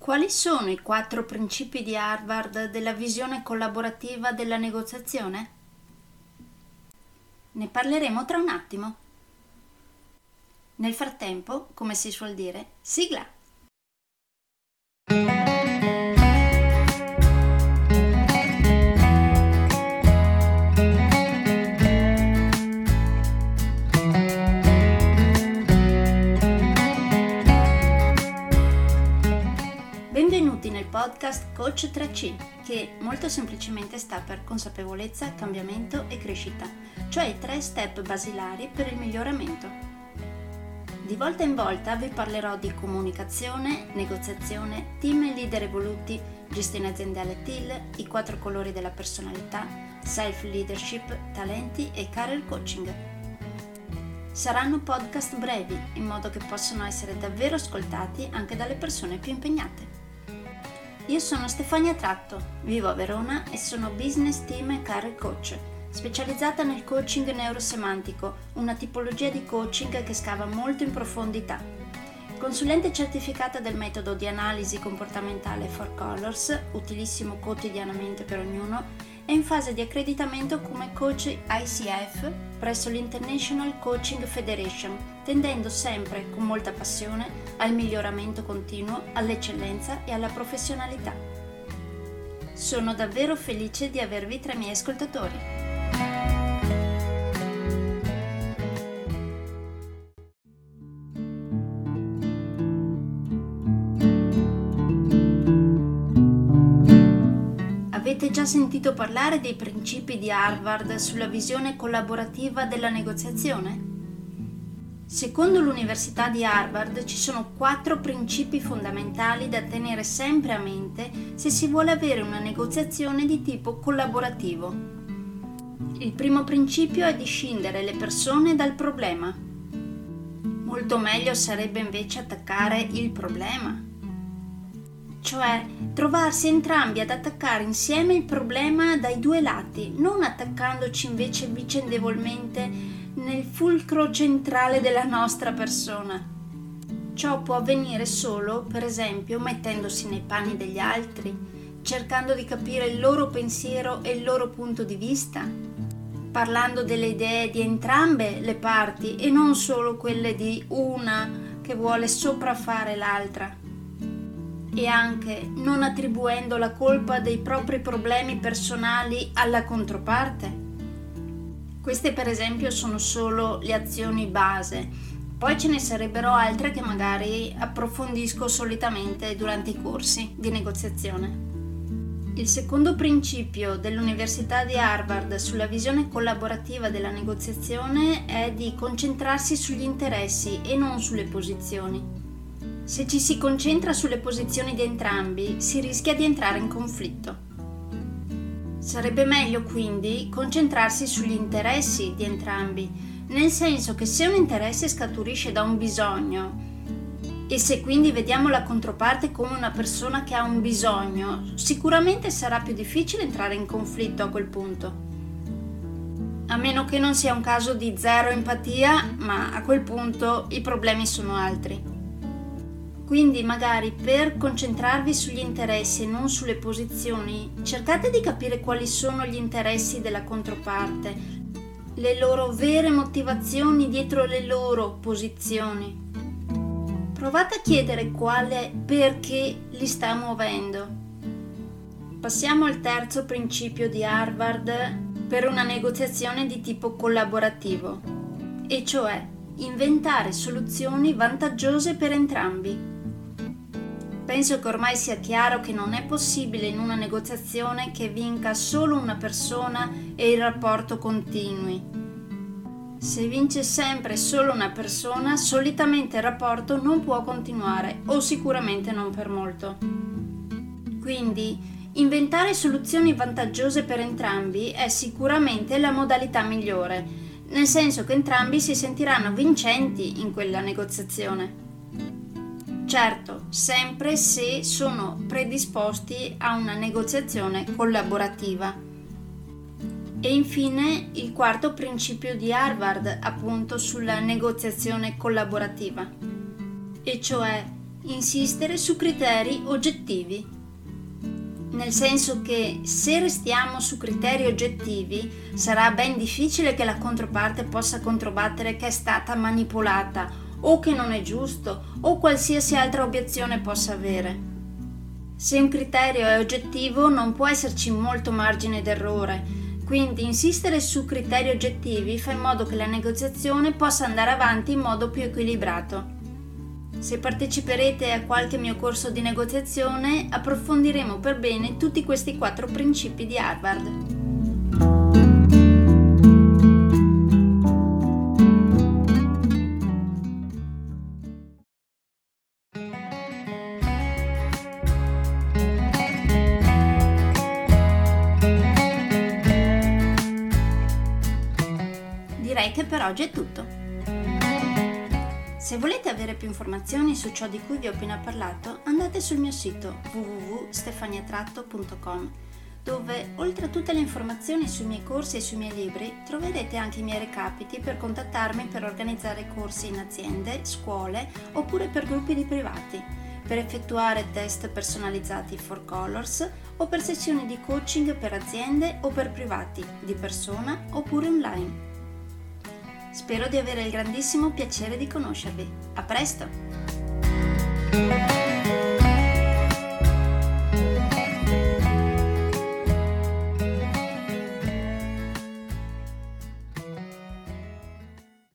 Quali sono i 4 principi di Harvard della visione collaborativa della negoziazione? Ne parleremo tra un attimo. Nel frattempo, come si suol dire, sigla! Benvenuti nel podcast Coach 3C, che molto semplicemente sta per consapevolezza, cambiamento e crescita, cioè i 3 step basilari per il miglioramento. Di volta in volta vi parlerò di comunicazione, negoziazione, team e leader evoluti, gestione aziendale TIL, i 4 colori della personalità, self-leadership, talenti e career coaching. Saranno podcast brevi, in modo che possano essere davvero ascoltati anche dalle persone più impegnate. Io sono Stefania Tratto, vivo a Verona e sono business team e career coach, specializzata nel coaching neurosemantico, una tipologia di coaching che scava molto in profondità. Consulente certificata del metodo di analisi comportamentale 4Colors, utilissimo quotidianamente per ognuno, e in fase di accreditamento come coach ICF presso l'International Coaching Federation, tendendo sempre con molta passione al miglioramento continuo, all'eccellenza e alla professionalità. Sono davvero felice di avervi tra i miei ascoltatori. Avete già sentito parlare dei principi di Harvard sulla visione collaborativa della negoziazione? Secondo l'Università di Harvard ci sono 4 principi fondamentali da tenere sempre a mente se si vuole avere una negoziazione di tipo collaborativo. Il primo principio è di scindere le persone dal problema. Molto meglio sarebbe invece attaccare il problema. Cioè, trovarsi entrambi ad attaccare insieme il problema dai 2 lati, non attaccandoci invece vicendevolmente nel fulcro centrale della nostra persona. Ciò può avvenire solo, per esempio, mettendosi nei panni degli altri, cercando di capire il loro pensiero e il loro punto di vista, parlando delle idee di entrambe le parti e non solo quelle di una che vuole sopraffare l'altra. E anche non attribuendo la colpa dei propri problemi personali alla controparte. Queste per esempio sono solo le azioni base, poi ce ne sarebbero altre che magari approfondisco solitamente durante i corsi di negoziazione. Il secondo principio dell'Università di Harvard sulla visione collaborativa della negoziazione è di concentrarsi sugli interessi e non sulle posizioni. Se ci si concentra sulle posizioni di entrambi, si rischia di entrare in conflitto. Sarebbe meglio quindi concentrarsi sugli interessi di entrambi, nel senso che se un interesse scaturisce da un bisogno, e se quindi vediamo la controparte come una persona che ha un bisogno, sicuramente sarà più difficile entrare in conflitto a quel punto. A meno che non sia un caso di zero empatia, ma a quel punto i problemi sono altri. Quindi magari per concentrarvi sugli interessi e non sulle posizioni, cercate di capire quali sono gli interessi della controparte, le loro vere motivazioni dietro le loro posizioni. Provate a chiedere perché li sta muovendo. Passiamo al terzo principio di Harvard per una negoziazione di tipo collaborativo, e cioè inventare soluzioni vantaggiose per entrambi. Penso che ormai sia chiaro che non è possibile in una negoziazione che vinca solo una persona e il rapporto continui. Se vince sempre solo una persona, solitamente il rapporto non può continuare o sicuramente non per molto. Quindi, inventare soluzioni vantaggiose per entrambi è sicuramente la modalità migliore, nel senso che entrambi si sentiranno vincenti in quella negoziazione. Certo, sempre se sono predisposti a una negoziazione collaborativa. E infine il quarto principio di Harvard, appunto sulla negoziazione collaborativa, e cioè insistere su criteri oggettivi. Nel senso che se restiamo su criteri oggettivi sarà ben difficile che la controparte possa controbattere che è stata manipolata o che non è giusto o qualsiasi altra obiezione possa avere. Se un criterio è oggettivo non può esserci molto margine d'errore, quindi insistere su criteri oggettivi fa in modo che la negoziazione possa andare avanti in modo più equilibrato. Se parteciperete a qualche mio corso di negoziazione, approfondiremo per bene tutti questi 4 principi di Harvard. Direi che per oggi è tutto. Se volete avere più informazioni su ciò di cui vi ho appena parlato, andate sul mio sito www.stefaniatratto.com, dove oltre a tutte le informazioni sui miei corsi e sui miei libri troverete anche i miei recapiti per contattarmi per organizzare corsi in aziende, scuole oppure per gruppi di privati, per effettuare test personalizzati for colors o per sessioni di coaching per aziende o per privati, di persona oppure online. Spero di avere il grandissimo piacere di conoscervi. A presto!